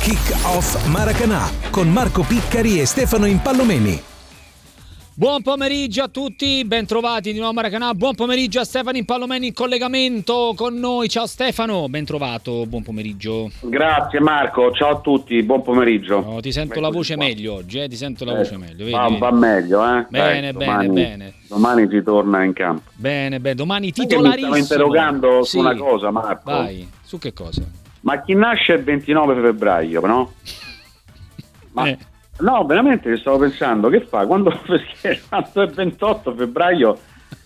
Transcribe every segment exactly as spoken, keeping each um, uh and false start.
Kick Off Maracanã con Marco Piccari e Stefano Impallomeni. Buon pomeriggio a tutti, ben trovati di nuovo a Maracanã. Buon pomeriggio a Stefano Impallomeni in collegamento con noi. Ciao Stefano, ben trovato, buon pomeriggio. Grazie Marco, ciao a tutti, buon pomeriggio. Oh, ti sento Eccoci la voce qua. meglio oggi, eh? Ti sento la Eh, voce meglio. Vedi, va, vedi? va meglio, eh? Bene, Dai, bene, domani, bene. Domani si torna in campo. Bene, bene, domani Sai che titolarissimo. Mi stavo interrogando Sì. su una cosa, Marco. Vai, su che cosa? Ma chi nasce il ventinove febbraio, no? Ma Eh. no, veramente stavo pensando, che fa? Quando, perché quando è ventotto febbraio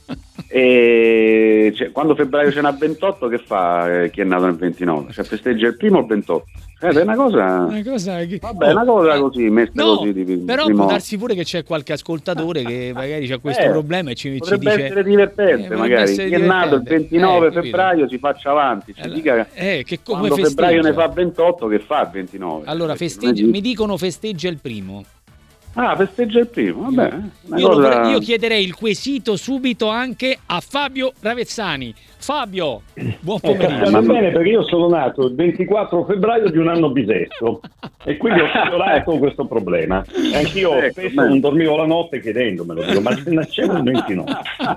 e cioè, quando febbraio ce n'ha ventotto, che fa eh, chi è nato nel ventinove? Cioè festeggia il primo o il ventotto? Eh, è una cosa Una cosa che... Vabbè, una cosa eh, così, messa no, così di, però primo... può darsi pure che c'è qualche ascoltatore che magari c'ha questo Eh, problema e ci, ci potrebbe dice essere divertente, eh, potrebbe magari essere chi è nato il divertente. ventinove Eh, capito? febbraio si faccia avanti, ci Allora, dica eh, che come quando febbraio festeggia? ne fa ventotto, che fa il ventinove? Allora Perché festeggia, non è- mi dicono festeggia il primo. Ah, festeggia il primo, vabbè, una Io, lo cosa... vorrei- io chiederei il quesito subito anche a Fabio Ravezzani. Fabio, buon Eh, pomeriggio. va bene, perché io sono nato il ventiquattro febbraio di un anno bisesto e quindi ho superato questo problema. E anch'io Ecco, spesso bene. non dormivo la notte chiedendomelo, dico, ma se nascevo il ventinove?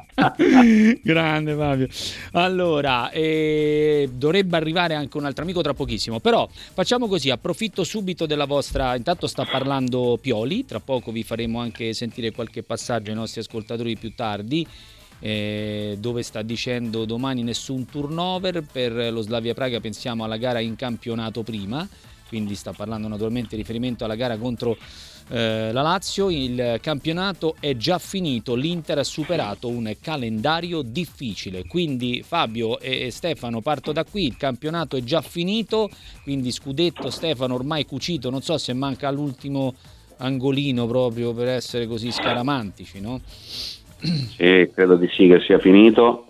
Grande Fabio. Allora, eh, dovrebbe arrivare anche un altro amico tra pochissimo, però facciamo così, approfitto subito della vostra, intanto sta parlando Pioli, tra poco vi faremo anche sentire qualche passaggio ai nostri ascoltatori più tardi, eh, dove sta dicendo domani nessun turnover per lo Slavia Praga, pensiamo alla gara in campionato prima, quindi sta parlando naturalmente in riferimento alla gara contro eh, la Lazio. Il campionato è già finito, l'Inter ha superato un calendario difficile, quindi Fabio e Stefano parto da qui, il campionato è già finito, quindi scudetto Stefano ormai cucito, non so se manca l'ultimo angolino proprio per essere così scaramantici, no? Sì, credo di sì che sia finito.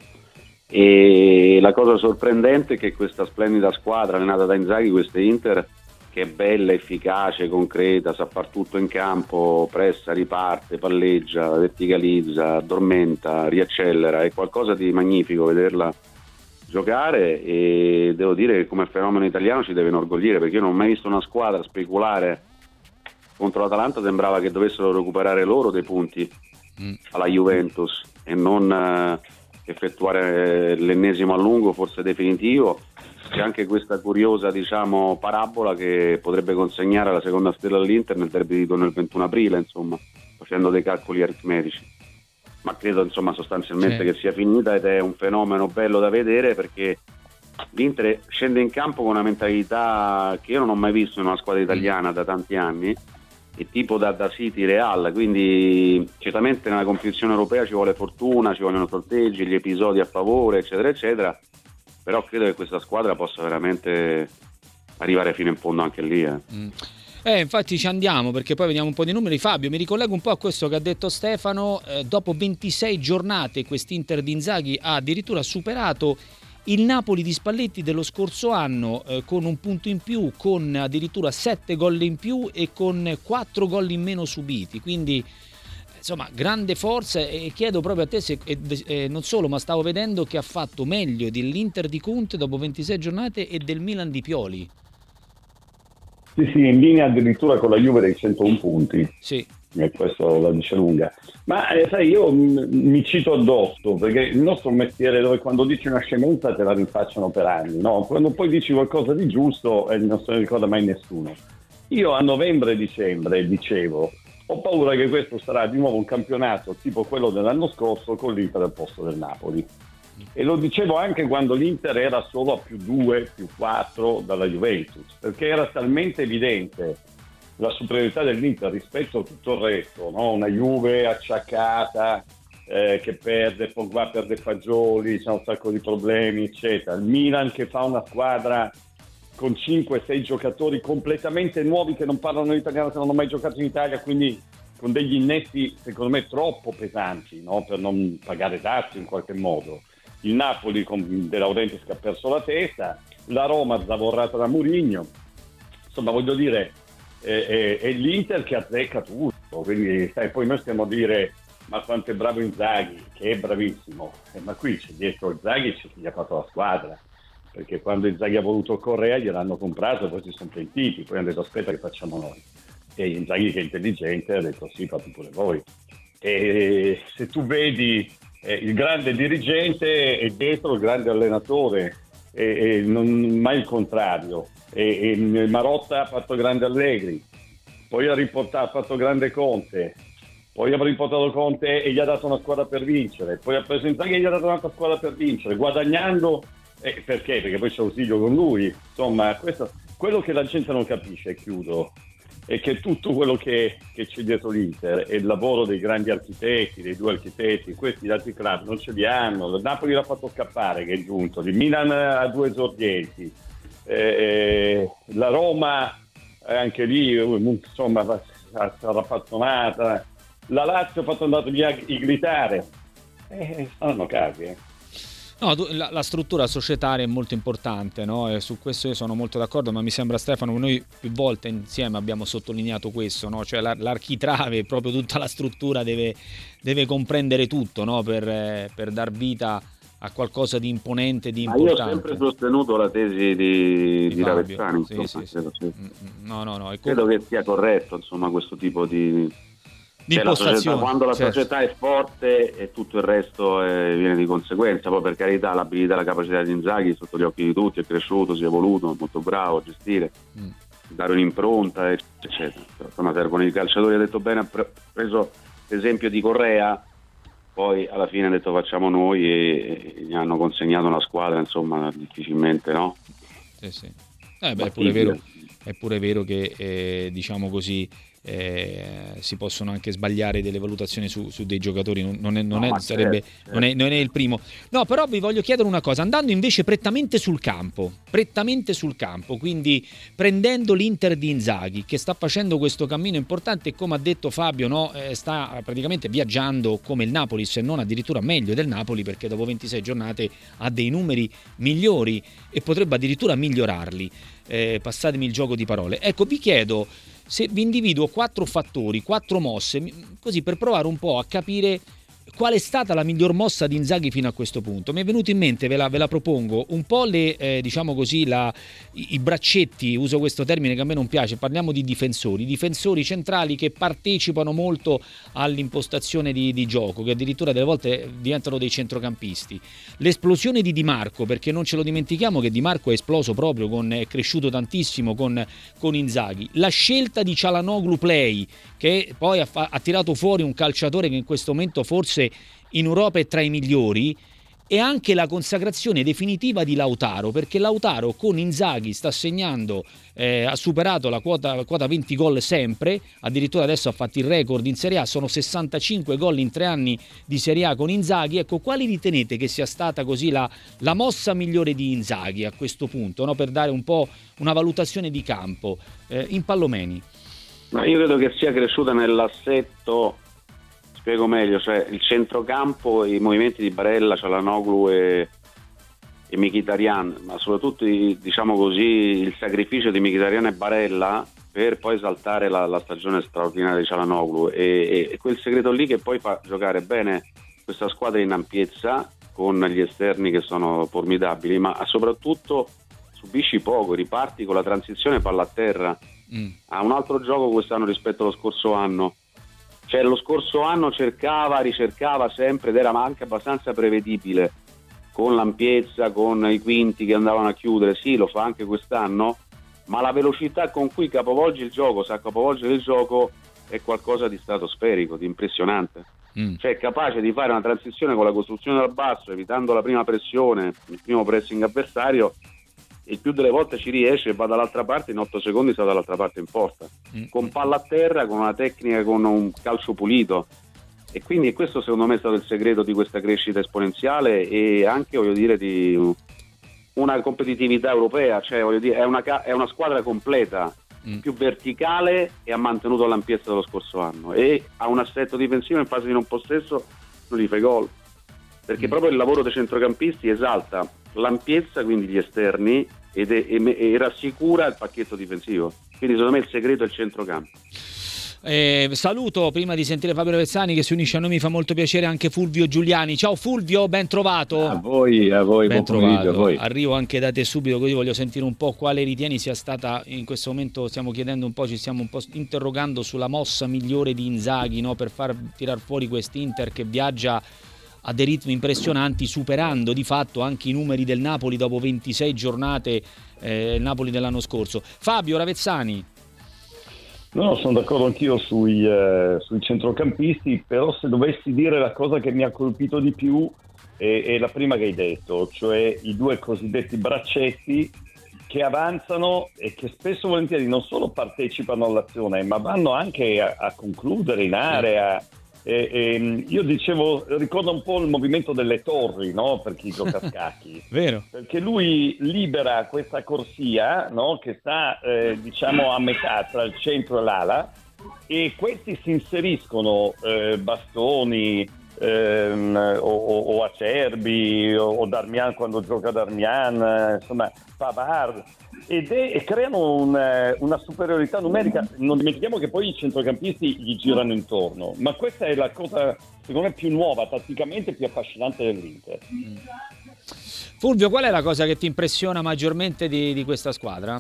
E la cosa sorprendente è che questa splendida squadra allenata da Inzaghi, questa Inter, che è bella, efficace, concreta, sa far tutto in campo, pressa, riparte, palleggia, verticalizza, addormenta, riaccelera, è qualcosa di magnifico vederla giocare, e devo dire che come fenomeno italiano ci deve inorgoglire, perché io non ho mai visto una squadra speculare contro l'Atalanta, sembrava che dovessero recuperare loro dei punti alla Juventus e non eh, effettuare l'ennesimo allungo, forse definitivo. C'è anche questa curiosa, diciamo, parabola che potrebbe consegnare la seconda stella all'Inter nel derby di ritorno il ventuno aprile, insomma, facendo dei calcoli aritmetici. Ma credo, insomma, sostanzialmente Sì. che sia finita, ed è un fenomeno bello da vedere, perché l'Inter scende in campo con una mentalità che io non ho mai visto in una squadra italiana da tanti anni, è tipo da, da City Real, quindi certamente nella competizione europea ci vuole fortuna, ci vogliono sorteggi, gli episodi a favore, eccetera eccetera, però credo che questa squadra possa veramente arrivare fino in fondo anche lì. Eh. Mm. Eh, infatti ci andiamo, perché poi vediamo un po' di numeri. Fabio, mi ricollego un po' a questo che ha detto Stefano, eh, dopo ventisei giornate quest'Inter di Inzaghi ha addirittura superato il Napoli di Spalletti dello scorso anno, eh, con un punto in più, con addirittura sette gol in più e con quattro gol in meno subiti, quindi insomma grande forza. E chiedo proprio a te se e, e non solo, ma stavo vedendo che ha fatto meglio dell'Inter di Conte dopo ventisei giornate e del Milan di Pioli. Sì, sì, in linea addirittura con la Juve dei centouno punti. Sì. E questo la dice lunga. Ma eh, sai, io m- mi cito addosso, perché il nostro mestiere, dove quando dici una scemenza te la rinfacciano per anni, no? Quando poi dici qualcosa di giusto eh, non se ne ricorda mai nessuno. Io a novembre e dicembre dicevo, ho paura che questo sarà di nuovo un campionato tipo quello dell'anno scorso con l'Inter al posto del Napoli. E lo dicevo anche quando l'Inter era solo a più due, più quattro dalla Juventus, perché era talmente evidente la superiorità dell'Inter rispetto a tutto il resto, no? Una Juve acciaccata, eh, che perde, Pogba perde Fagioli, c'è un sacco di problemi, eccetera. Il Milan che fa una squadra con cinque sei giocatori completamente nuovi che non parlano l'italiano, che non hanno mai giocato in Italia, quindi con degli innesti secondo me troppo pesanti, no? Per non pagare dazi in qualche modo. Il Napoli con De Laurentiis che ha perso la testa, la Roma zavorrata da Mourinho, insomma voglio dire, è, è l'Inter che azzecca tutto, quindi sai, poi noi stiamo a dire ma quanto è bravo Inzaghi, che è bravissimo, eh, ma qui c'è dietro Inzaghi c'è chi gli ha fatto la squadra, perché quando Inzaghi ha voluto Correa gliel'hanno comprato, poi si sono pentiti, poi hanno detto aspetta che facciamo noi, e Inzaghi, che è intelligente, ha detto sì, fate pure voi. E se tu vedi eh, il grande dirigente e dietro il grande allenatore, e, e non mai il contrario, e, e Marotta ha fatto grande Allegri, poi ha riportato, ha fatto grande Conte, poi ha riportato Conte e gli ha dato una squadra per vincere, poi ha preso Inzaghi e gli ha dato un'altra squadra per vincere, guadagnando, eh, perché? Perché poi c'è Ausilio con lui. Insomma, questo, quello che la gente non capisce, e chiudo, è che tutto quello che, che c'è dietro l'Inter è il lavoro dei grandi architetti, dei due architetti, questi altri club non ce li hanno. Il Napoli l'ha fatto scappare, che è giunto, il Milan ha due esordienti, eh, la Roma anche lì, insomma, raffazzonata, la Lazio ha fatto andare via i Gritare, eh, fanno casi, eh. No, la, la struttura societaria è molto importante, no? E su questo io sono molto d'accordo, ma mi sembra, Stefano, che noi più volte insieme abbiamo sottolineato questo, no? Cioè la, l'architrave, proprio tutta la struttura deve, deve comprendere tutto, no? per, per dar vita a qualcosa di imponente, di importante. Ma io ho sempre sostenuto la tesi di, di, di Ravezzani, sì, sì, sì. sì. No, no, no, credo come... che sia corretto, insomma, questo tipo di... di cioè, la società, quando la certo. società è forte e tutto il resto è, viene di conseguenza. Poi, per carità, l'abilità, la capacità di Inzaghi sotto gli occhi di tutti, è cresciuto, si è evoluto, è molto bravo a gestire, mm. dare un'impronta, eccetera. Però, insomma, servono i calciatori, ha detto bene, ha preso l'esempio di Correa, poi alla fine ha detto facciamo noi, e, e gli hanno consegnato una squadra, insomma, difficilmente, no? Sì, sì. Eh, beh, è pure vero, è pure vero che eh, diciamo così eh, si possono anche sbagliare delle valutazioni su, su dei giocatori, non, non, è, non, no, è, sarebbe, certo, certo. Non, è, non è il primo. No, però vi voglio chiedere una cosa, andando invece prettamente sul campo, prettamente sul campo, quindi prendendo l'Inter di Inzaghi, che sta facendo questo cammino importante e, come ha detto Fabio, no, eh, sta praticamente viaggiando come il Napoli, se non addirittura meglio del Napoli, perché dopo ventisei giornate ha dei numeri migliori e potrebbe addirittura migliorarli. Eh, passatemi il gioco di parole. Ecco, vi chiedo se vi individuo quattro fattori, quattro mosse, così per provare un po' a capire qual è stata la miglior mossa di Inzaghi fino a questo punto. Mi è venuto in mente, ve la, ve la propongo, un po' le, eh, diciamo così, la, i, i braccetti, uso questo termine che a me non piace, parliamo di difensori, difensori centrali che partecipano molto all'impostazione di, di gioco, che addirittura delle volte diventano dei centrocampisti. L'esplosione di Di Marco, perché non ce lo dimentichiamo che Di Marco è esploso proprio, con, è cresciuto tantissimo con, con Inzaghi. La scelta di Çalhanoğlu Play, che poi ha, ha tirato fuori un calciatore che in questo momento forse in Europa è tra i migliori, e anche la consacrazione definitiva di Lautaro, perché Lautaro con Inzaghi sta segnando, eh, ha superato la quota, la quota venti gol sempre, addirittura adesso ha fatto il record in Serie A, sono sessantacinque gol in tre anni di Serie A con Inzaghi. Ecco, quali ritenete che sia stata così la, la mossa migliore di Inzaghi a questo punto, no? Per dare un po' una valutazione di campo, eh, in Pallomeni. Ma io credo che sia cresciuta nell'assetto, spiego meglio, cioè il centrocampo, i movimenti di Barella, Çalhanoğlu e, e Mkhitaryan, ma soprattutto, diciamo così, il sacrificio di Mkhitaryan e Barella per poi saltare la, la stagione straordinaria di Çalhanoğlu, e, e, e quel segreto lì che poi fa giocare bene questa squadra in ampiezza, con gli esterni che sono formidabili, ma soprattutto subisci poco, riparti con la transizione palla a terra. Mm. Ha un altro gioco quest'anno rispetto allo scorso anno. Cioè, lo scorso anno cercava, ricercava sempre, ed era anche abbastanza prevedibile, con l'ampiezza, con i quinti che andavano a chiudere. Sì, lo fa anche quest'anno, ma la velocità con cui capovolge il gioco, sa capovolgere il gioco, è qualcosa di stratosferico, di impressionante. Mm. Cioè, è capace di fare una transizione con la costruzione dal basso, evitando la prima pressione, il primo pressing avversario, il più delle volte ci riesce e va dall'altra parte, in otto secondi sta dall'altra parte in porta, mm. con palla a terra, con una tecnica, con un calcio pulito. E quindi questo secondo me è stato il segreto di questa crescita esponenziale, e anche, voglio dire, di una competitività europea. Cioè, voglio dire, è una, è una squadra completa, mm. più verticale, e ha mantenuto l'ampiezza dello scorso anno, e ha un assetto difensivo in fase di non possesso, non gli fai gol, perché mm. proprio il lavoro dei centrocampisti esalta l'ampiezza, quindi gli esterni, ed è, e, e rassicura il pacchetto difensivo. Quindi secondo me il segreto è il centrocampo. Eh, saluto prima di sentire Fabio Ravezzani che si unisce a noi, mi fa molto piacere anche Fulvio Giuliani. Ciao Fulvio, ben trovato. A voi, a voi, ben buon pomeriggio, a voi. Arrivo anche da te subito, così voglio sentire un po' quale ritieni sia stata, in questo momento stiamo chiedendo un po', ci stiamo un po' interrogando sulla mossa migliore di Inzaghi, no? Per far tirar fuori quest'Inter che viaggia a dei ritmi impressionanti, superando di fatto anche i numeri del Napoli dopo ventisei giornate, eh, il Napoli dell'anno scorso. Fabio Ravezzani. No, sono d'accordo anch'io sui, eh, sui centrocampisti, però se dovessi dire la cosa che mi ha colpito di più è, è la prima che hai detto, cioè i due cosiddetti braccetti che avanzano e che spesso volentieri non solo partecipano all'azione, ma vanno anche a, a concludere in area. E, e, io dicevo, ricorda un po' il movimento delle torri, no? Per chi gioca a scacchi. Vero. Perché lui libera questa corsia, no? Che sta eh, diciamo a metà tra il centro e l'ala, e questi si inseriscono eh, Bastoni ehm, o, o, o Acerbi o, o Darmian quando gioca Darmian, insomma Pavard, ed è, e creano un, una superiorità numerica. Non dimentichiamo che poi i centrocampisti gli girano intorno, ma questa è la cosa secondo me più nuova, tatticamente più affascinante dell'Inter. Fulvio, qual è la cosa che ti impressiona maggiormente di, di questa squadra?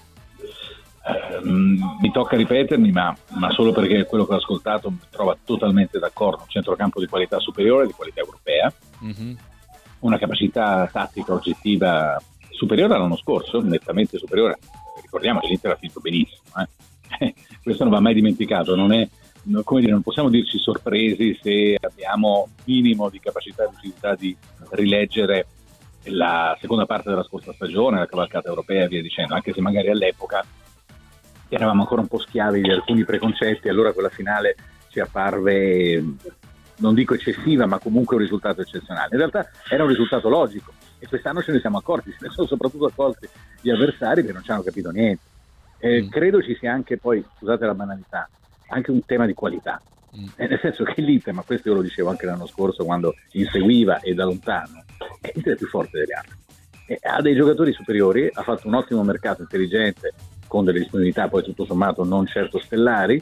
Uh, mi tocca ripetermi, ma, ma solo perché quello che ho ascoltato mi trova totalmente d'accordo. Un centrocampo di qualità superiore, di qualità europea, mm-hmm. Una capacità tattica oggettiva superiore all'anno scorso, nettamente superiore. Ricordiamo che l'Inter ha finito benissimo, eh? Questo non va mai dimenticato. Non è, come dire, non possiamo dirci sorpresi se abbiamo minimo di capacità e lucidità di rileggere la seconda parte della scorsa stagione, la cavalcata europea e via dicendo, anche se magari all'epoca eravamo ancora un po' schiavi di alcuni preconcetti, allora quella finale ci apparve, non dico eccessiva, ma comunque un risultato eccezionale. In realtà era un risultato logico, e quest'anno ce ne siamo accorti, se ne sono soprattutto accorti gli avversari che non ci hanno capito niente. Eh, mm. Credo ci sia anche, poi, scusate la banalità, anche un tema di qualità, mm. eh, nel senso che l'Inter, ma questo io lo dicevo anche l'anno scorso quando inseguiva e da lontano, eh, l'Inter è più forte degli altri, eh, ha dei giocatori superiori, ha fatto un ottimo mercato intelligente con delle disponibilità poi tutto sommato non certo stellari,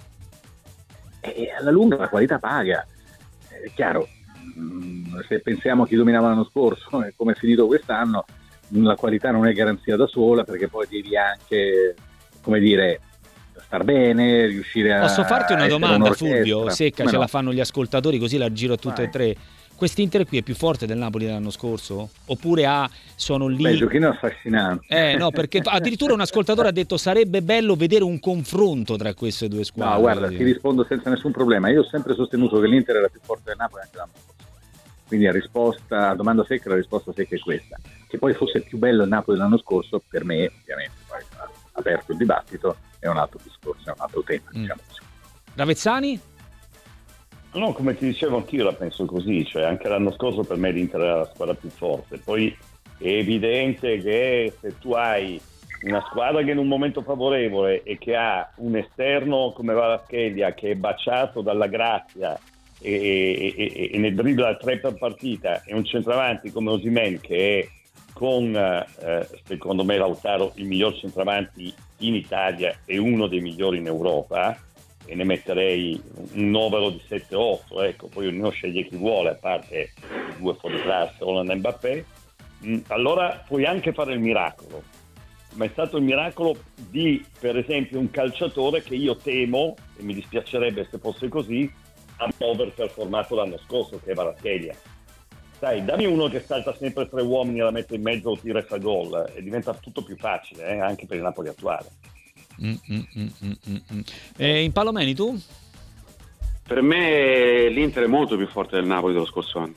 e alla lunga la qualità paga. È chiaro, se pensiamo a chi dominava l'anno scorso e come è finito quest'anno, la qualità non è garanzia da sola, perché poi devi anche, come dire, star bene, riuscire a... Posso farti una domanda, Fulvio, secca, come ce no? La fanno gli ascoltatori, così la giro a tutte Vai. e tre. Quest'Inter qui è più forte del Napoli dell'anno scorso? Oppure ha, sono lì... Beh, il giochino è affascinante. Eh no, perché addirittura un ascoltatore ha detto sarebbe bello vedere un confronto tra queste due squadre. No, guarda, ti rispondo senza nessun problema. Io ho sempre sostenuto che l'Inter era più forte del Napoli anche l'anno scorso. Quindi a risposta, a domanda secca, la risposta secca è questa. Che poi fosse più bello il Napoli dell'anno scorso, per me, ovviamente, poi ha aperto il dibattito, è un altro discorso, è un altro tema, mm. diciamo così. Ravezzani? No, come ti dicevo anch'io la penso così, cioè anche l'anno scorso per me l'Inter era la squadra più forte. Poi è evidente che se tu hai una squadra che è in un momento favorevole e che ha un esterno come Kvaratskhelia che è baciato dalla grazia e, e, e ne dribbla tre per partita, e un centravanti come Osimhen che è con eh, secondo me Lautaro il miglior centravanti in Italia e uno dei migliori in Europa, e ne metterei un numero di sette otto, ecco, poi ognuno sceglie chi vuole, a parte i due fuori classe, Haaland e Mbappé, mm, allora puoi anche fare il miracolo, ma è stato il miracolo di, per esempio, un calciatore che io temo, e mi dispiacerebbe se fosse così, ha overperformato l'anno scorso, che è Kvaratskhelia. Sai, dammi uno che salta sempre tre uomini e la mette in mezzo o tira e fa gol, e diventa tutto più facile, eh, anche per il Napoli attuale. Mm, mm, mm, mm, mm. E in Palomeni tu? Per me l'Inter è molto più forte del Napoli dello scorso anno,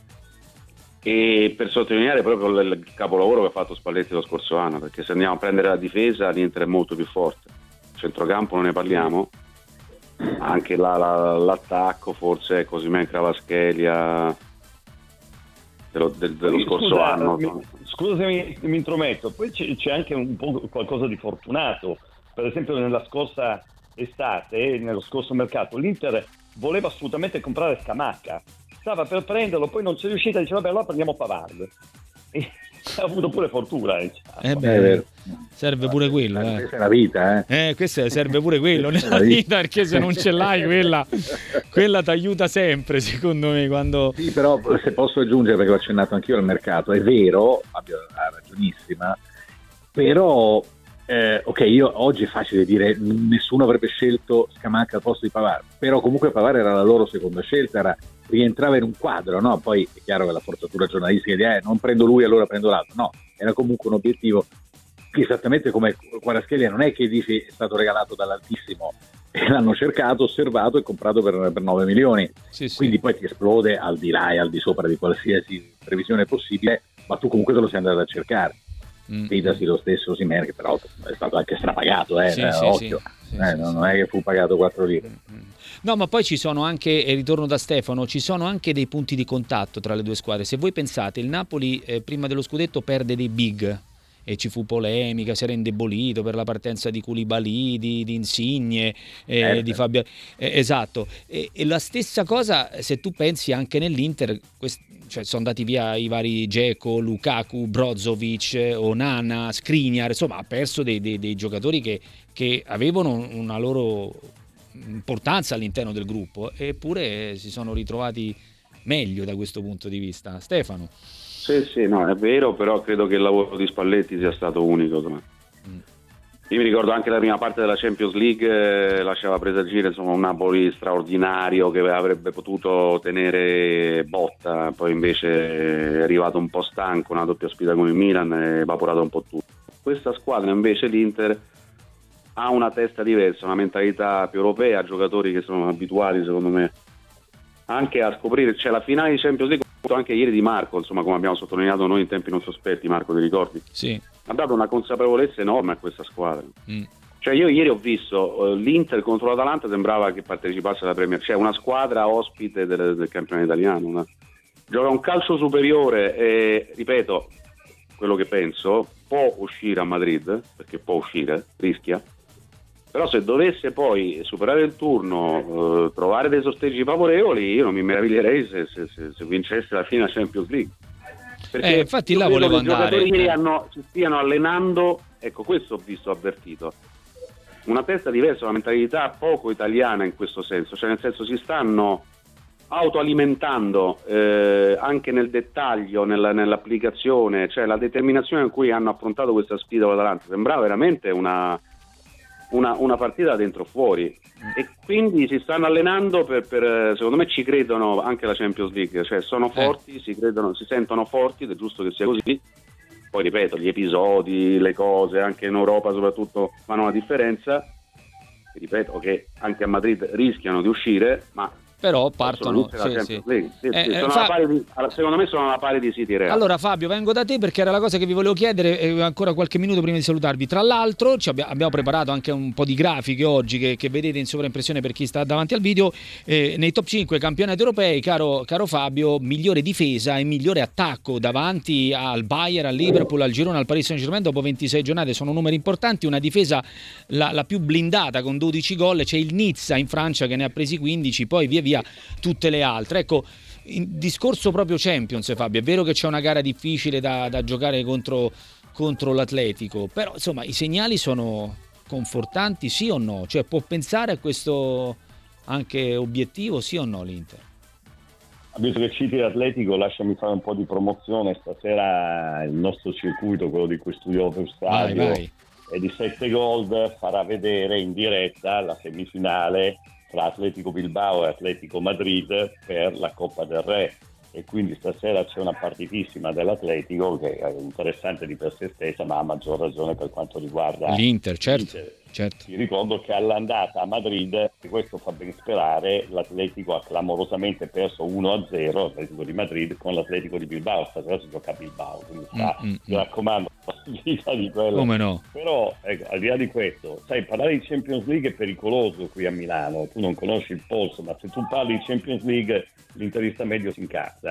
e per sottolineare proprio il capolavoro che ha fatto Spalletti lo scorso anno, perché se andiamo a prendere la difesa l'Inter è molto più forte, centrocampo non ne parliamo, anche la, la, l'attacco forse Osimhen, Kvaratskhelia dello, del, dello scorso scusa, anno. Mi, scusa se mi, mi intrometto, poi c'è, c'è anche un po' qualcosa di fortunato. Per esempio nella scorsa estate, nello scorso mercato, l'Inter voleva assolutamente comprare Scamacca, stava per prenderlo, poi non c'è riuscita, diceva vabbè allora prendiamo Pavard, ha avuto pure fortuna. Eh beh, serve pure quello. Eh. Questa è la vita, eh. Eh, questo serve pure quello nella vita, perché se non ce l'hai quella, quella ti aiuta sempre, secondo me. Quando... Sì, però se posso aggiungere, perché ho accennato anch'io al mercato, è vero, ha ragionissima, però eh, ok, io oggi è facile dire nessuno avrebbe scelto Scamacca al posto di Pavard, però comunque Pavard era la loro seconda scelta, era, rientrava in un quadro, no? Poi è chiaro che la forzatura giornalistica di eh, non prendo lui allora prendo l'altro, no, era comunque un obiettivo esattamente come Kvaratskhelia, non è che dici è stato regalato dall'Altissimo, l'hanno cercato, osservato e comprato per, per nove milioni, sì, quindi sì. Poi ti esplode al di là e al di sopra di qualsiasi previsione possibile, ma tu comunque te lo sei andato a cercare. Fidasi lo stesso Osimhen, che però è stato anche strapagato, eh, sì, eh, sì, occhio, sì, eh, sì, non, sì. non è che fu pagato quattro lire. No, ma poi ci sono anche, e ritorno da Stefano, ci sono anche dei punti di contatto tra le due squadre. Se voi pensate, il Napoli eh, prima dello scudetto perde dei big e ci fu polemica, si era indebolito per la partenza di Koulibaly, di, di Insigne, eh, certo. di Fabio, eh, esatto, e, e la stessa cosa se tu pensi anche nell'Inter, quest- cioè sono andati via i vari Dzeko, Lukaku, Brozovic, Onana, Skriniar, insomma ha perso dei, dei, dei giocatori che, che avevano una loro importanza all'interno del gruppo, eppure si sono ritrovati meglio da questo punto di vista. Stefano? Sì, sì, no, è vero, però credo che il lavoro di Spalletti sia stato unico. Mm. Io mi ricordo anche la prima parte della Champions League, eh, lasciava presagire insomma un Napoli straordinario che avrebbe potuto tenere botta, poi invece è arrivato un po' stanco, una doppia sfida con il Milan e evaporato un po' tutto. Questa squadra invece, l'Inter, ha una testa diversa, una mentalità più europea, giocatori che sono abituati secondo me anche a scoprire, cioè la finale di Champions League anche ieri di Marco, insomma, come abbiamo sottolineato noi in tempi non sospetti, Marco, ti ricordi? Sì. Ha dato una consapevolezza enorme a questa squadra. Mm. Cioè io ieri ho visto uh, l'Inter contro l'Atalanta, sembrava che partecipasse alla Premier, cioè una squadra ospite del, del campionato italiano, una... gioca un calcio superiore e, ripeto, quello che penso, può uscire a Madrid, perché può uscire, rischia, però se dovesse poi superare il turno, eh, trovare dei sosteggi favorevoli, io non mi meraviglierei se, se, se, se vincesse la fine Champions League. Perché eh, infatti là volevo andare. I giocatori hanno, si stiano allenando, ecco, questo ho visto, avvertito. Una testa diversa, una mentalità poco italiana in questo senso, cioè nel senso si stanno autoalimentando eh, anche nel dettaglio, nella, nell'applicazione, cioè la determinazione con cui hanno affrontato questa sfida con l'Atalanta sembrava veramente una Una, una partita dentro fuori, e quindi si stanno allenando per, per secondo me ci credono anche la Champions League, cioè sono forti, eh. si credono, si sentono forti ed è giusto che sia così. Poi ripeto, gli episodi, le cose anche in Europa soprattutto fanno la differenza, e ripeto che anche a Madrid rischiano di uscire, ma però partono sì, sì. Sì, sì, eh, sì, sono fa... alla pari di, secondo me sono alla pari di City Real. Allora Fabio, vengo da te perché era la cosa che vi volevo chiedere, eh, ancora qualche minuto prima di salutarvi. Tra l'altro ci abbia, abbiamo preparato anche un po' di grafiche oggi che, che vedete in sovraimpressione per chi sta davanti al video, eh, nei top cinque campionati europei, caro, caro Fabio, migliore difesa e migliore attacco davanti al Bayern, al Liverpool, al Girona, al Paris Saint-Germain dopo ventisei giornate. Sono numeri importanti, una difesa la, la più blindata con dodici gol, c'è il Nizza in Francia che ne ha presi quindici, poi via via tutte le altre. Ecco, in discorso proprio Champions, Fabio, è vero che c'è una gara difficile da, da giocare contro, contro l'Atletico, però insomma i segnali sono confortanti, sì o no? Cioè può pensare a questo anche obiettivo, sì o no l'Inter? Visto che citi l'Atletico, lasciami fare un po' di promozione. Stasera il nostro circuito, quello di cui studio per stadio, vai, vai. È di sette Gold, farà vedere in diretta la semifinale tra Atletico Bilbao e Atletico Madrid per la Coppa del Re, e quindi stasera c'è una partitissima dell'Atletico che è interessante di per sé stessa, ma a maggior ragione per quanto riguarda l'Inter, certo, l'Inter. certo. Ti ricordo che all'andata a Madrid, e questo fa ben sperare, l'Atletico ha clamorosamente perso uno a zero, l'Atletico di Madrid, con l'Atletico di Bilbao. Stasera si gioca a Bilbao, quindi sta, mm, mi mm, raccomando, vita di quello. Come no? Però ecco, al di là di questo, sai, parlare di Champions League è pericoloso qui a Milano, tu non conosci il polso, ma se tu parli di Champions League l'interista medio si incazza.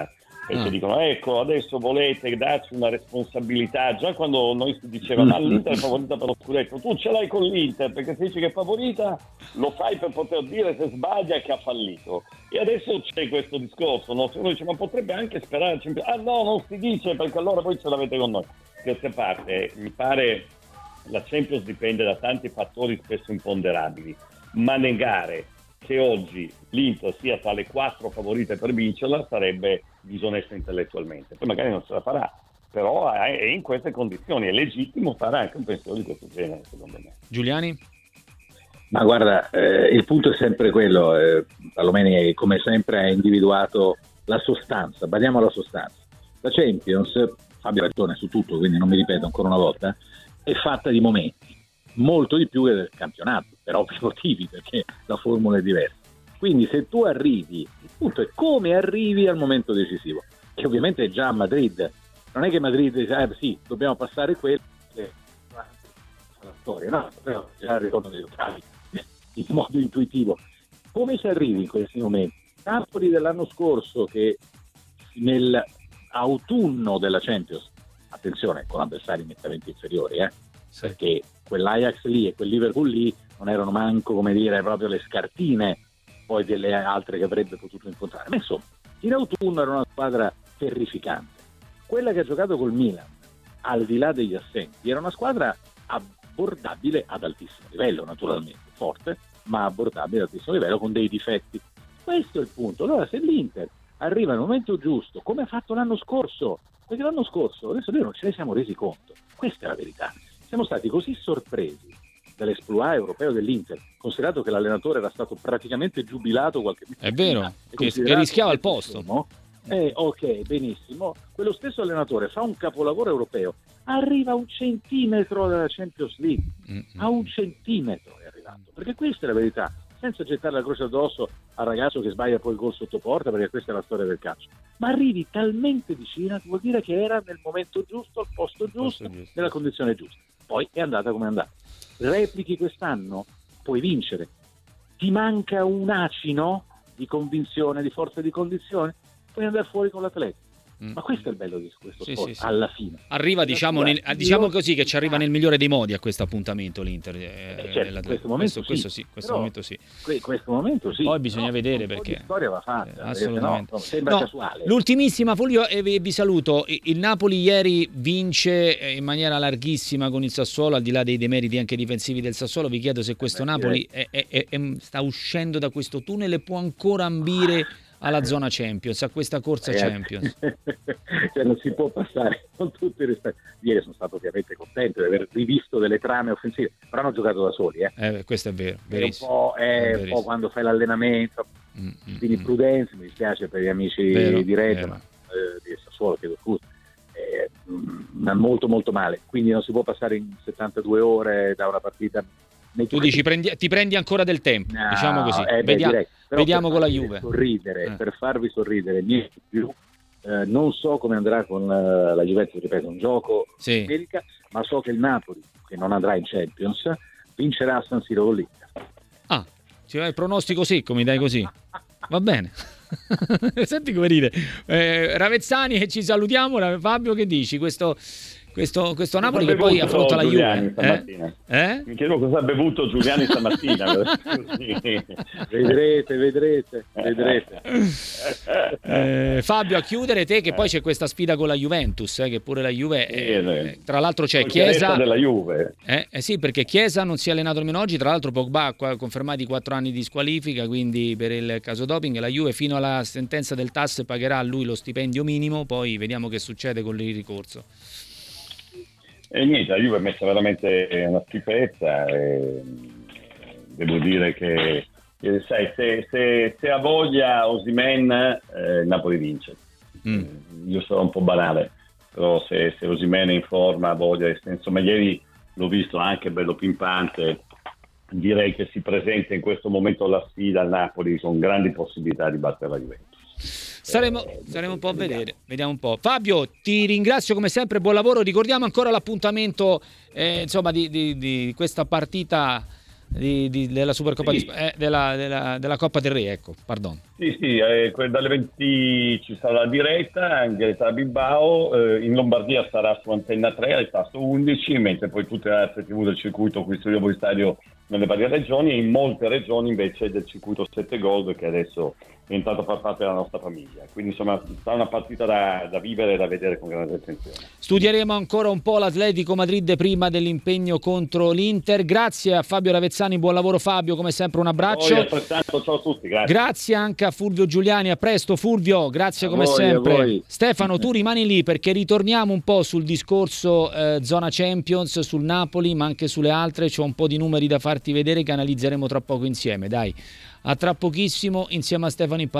perché Ah. dicono ecco adesso volete darci una responsabilità. Già quando noi si diceva ma l'Inter è favorita per lo scudetto, tu ce l'hai con l'Inter perché se dici che è favorita lo fai per poter dire se sbaglia che ha fallito, e adesso c'è questo discorso, no? Se uno dice ma potrebbe anche sperare al Champions, ah no non si dice perché allora voi ce l'avete con noi. Questa parte mi pare la Champions dipende da tanti fattori spesso imponderabili, ma negare che oggi l'Inter sia tra le quattro favorite per vincerla sarebbe disonesto intellettualmente. Poi magari non ce la farà, però è in queste condizioni, è legittimo fare anche un pensiero di questo genere, secondo me. Giuliani? Ma guarda, eh, il punto è sempre quello, eh, Pallomeni come sempre ha individuato la sostanza, badiamo alla sostanza. La Champions, Fabio ha ragione su tutto, quindi non mi ripeto ancora una volta, è fatta di momenti, molto di più che del campionato, per ovvi motivi, perché la formula è diversa. Quindi se tu arrivi, il punto è come arrivi al momento decisivo, che ovviamente è già a Madrid, non è che Madrid dice, eh sì, dobbiamo passare quello, eh, la storia, no, però già il ritorno dei locali, in modo intuitivo. Come si arrivi in questi momenti? Napoli dell'anno scorso che nell'autunno della Champions, attenzione, con avversari nettamente inferiori, eh, Sì. perché quell'Ajax lì e quel Liverpool lì non erano manco, come dire, proprio le scartine poi delle altre che avrebbe potuto incontrare, ma insomma in autunno era una squadra terrificante. Quella che ha giocato col Milan, al di là degli assenti, era una squadra abbordabile ad altissimo livello, naturalmente forte, ma abbordabile ad altissimo livello con dei difetti. Questo è il punto. Allora se l'Inter arriva al momento giusto, come ha fatto l'anno scorso, perché l'anno scorso adesso noi non ce ne siamo resi conto, questa è la verità, siamo stati così sorpresi dall'esploit europeo dell'Inter, considerato che l'allenatore era stato praticamente giubilato qualche mese È vero, prima, e che, che considerato rischiava il che posto. primo, eh, ok, benissimo, quello stesso allenatore fa un capolavoro europeo, arriva a un centimetro dalla Champions League, Mm-mm. a un centimetro è arrivato, perché questa è la verità, senza gettare la croce addosso al ragazzo che sbaglia poi il gol sotto porta, perché questa è la storia del calcio, ma arrivi talmente vicina che vuol dire che era nel momento giusto, al posto giusto, Posto giusto. nella condizione giusta. Poi è andata come è andata. Replichi quest'anno, puoi vincere. Ti manca un acino di convinzione, di forza di condizione, puoi andare fuori con l'Atletico. Mm. Ma questo è il bello di questo Sì, sport, sì, sì. alla fine. Arriva, diciamo, nel- Guarda, diciamo io- così, che ci arriva nel migliore dei modi a questo appuntamento l'Inter. eh, Eh, certo, nella- in questo momento questo, sì, questo sì, questo però- momento sì. Que- questo momento sì. Poi bisogna No, vedere un po' perché- di storia va fatta, Eh, perché assolutamente. no, sembra No, casuale. l'ultimissima, Fulvio, e vi, vi saluto. Il Napoli ieri vince in maniera larghissima con il Sassuolo, al di là dei demeriti anche difensivi del Sassuolo. Vi chiedo se questo beh, Napoli è- è- è- è- sta uscendo da questo tunnel e può ancora ambire alla zona Champions, a questa corsa Ragazzi, Champions. cioè non si può passare con tutto il rispetto. Ieri sono stato ovviamente contento di aver rivisto delle trame offensive, però hanno giocato da soli, eh. Eh, questo è vero, È un verissimo. po', è È un verissimo. po' quando fai l'allenamento, Mm, mm, quindi mm. prudenza, mi dispiace per gli amici Vero, di Reggio, vero. ma eh, di Sassuolo, chiedo scusa, eh, mm, molto molto male, quindi non si può passare in settantadue ore da una partita. Tu dici prendi- ti prendi ancora del tempo, No, diciamo così. eh, beh, Vediamo, direi. Però vediamo per con la farvi Juve. Sorridere, Eh. Per farvi sorridere, niente di più. Eh, non so come andrà con eh, la Juventus, ripeto, un gioco Sì. America, ma so che il Napoli, che non andrà in Champions, vincerà a San Siro con l'Inter. Ah, ci vai il pronostico secco, mi dai così? Va bene. Senti come ride. Eh, Ravezzani, ci salutiamo. Fabio, che dici? Questo, questo, questo Napoli che poi affronta la Giuliani Juve. stamattina. Eh? Eh? Mi chiedo cosa ha bevuto Giuliani stamattina. Così. Vedrete, vedrete, vedrete. Eh, Fabio, a chiudere te, che poi c'è questa sfida con la Juventus, eh, che pure la Juve, eh, Sì, eh, tra l'altro c'è Poi Chiesa Chiesa. della Juve. Eh, eh sì, perché Chiesa non si è allenato almeno oggi, tra l'altro Pogba ha qua- confermati quattro anni di squalifica, quindi per il caso doping la Juve fino alla sentenza del T A S pagherà a lui lo stipendio minimo, poi vediamo che succede con il ricorso. E niente, la Juve è messa veramente una schifezza. E devo dire che, che sai, se, se, se ha voglia Osimhen, eh, il Napoli vince. Mm. Io sarò un po' banale, però se, se Osimhen è in forma, ha voglia, insomma ieri l'ho visto anche bello pimpante, direi che si presenta in questo momento la sfida al Napoli con grandi possibilità di battere la Juventus. Staremo, staremo un po' a vedere, vediamo un po'. Fabio, ti ringrazio come sempre, buon lavoro. Ricordiamo ancora l'appuntamento eh, insomma di, di, di questa partita di, di, della Supercoppa sì. di, eh, della, della, della Coppa del Re, ecco, pardon. Sì, sì, eh, dalle venti ci sarà la diretta, in diretta a Bilbao, eh, in Lombardia sarà su Antenna tre, al tasto undici, mentre poi tutte le altre tivù del circuito qui su Iovo Stadio nelle varie regioni, e in molte regioni invece del circuito sette Gold, che adesso è entrato a far parte della nostra famiglia. Quindi insomma sarà una partita da, da vivere e da vedere con grande attenzione. Studieremo ancora un po' l'Atletico Madrid prima dell'impegno contro l'Inter. Grazie a Fabio Ravezzani, buon lavoro Fabio, come sempre un abbraccio. Poi, altrettanto, ciao a tutti, grazie. Grazie anche a Fulvio Giuliani, a presto Fulvio, grazie A come voi, sempre. Stefano, tu rimani lì perché ritorniamo un po' sul discorso eh, zona Champions, sul Napoli, ma anche sulle altre. C'ho un po' di numeri da farti vedere che analizzeremo tra poco insieme, dai. A tra pochissimo insieme a Stefano in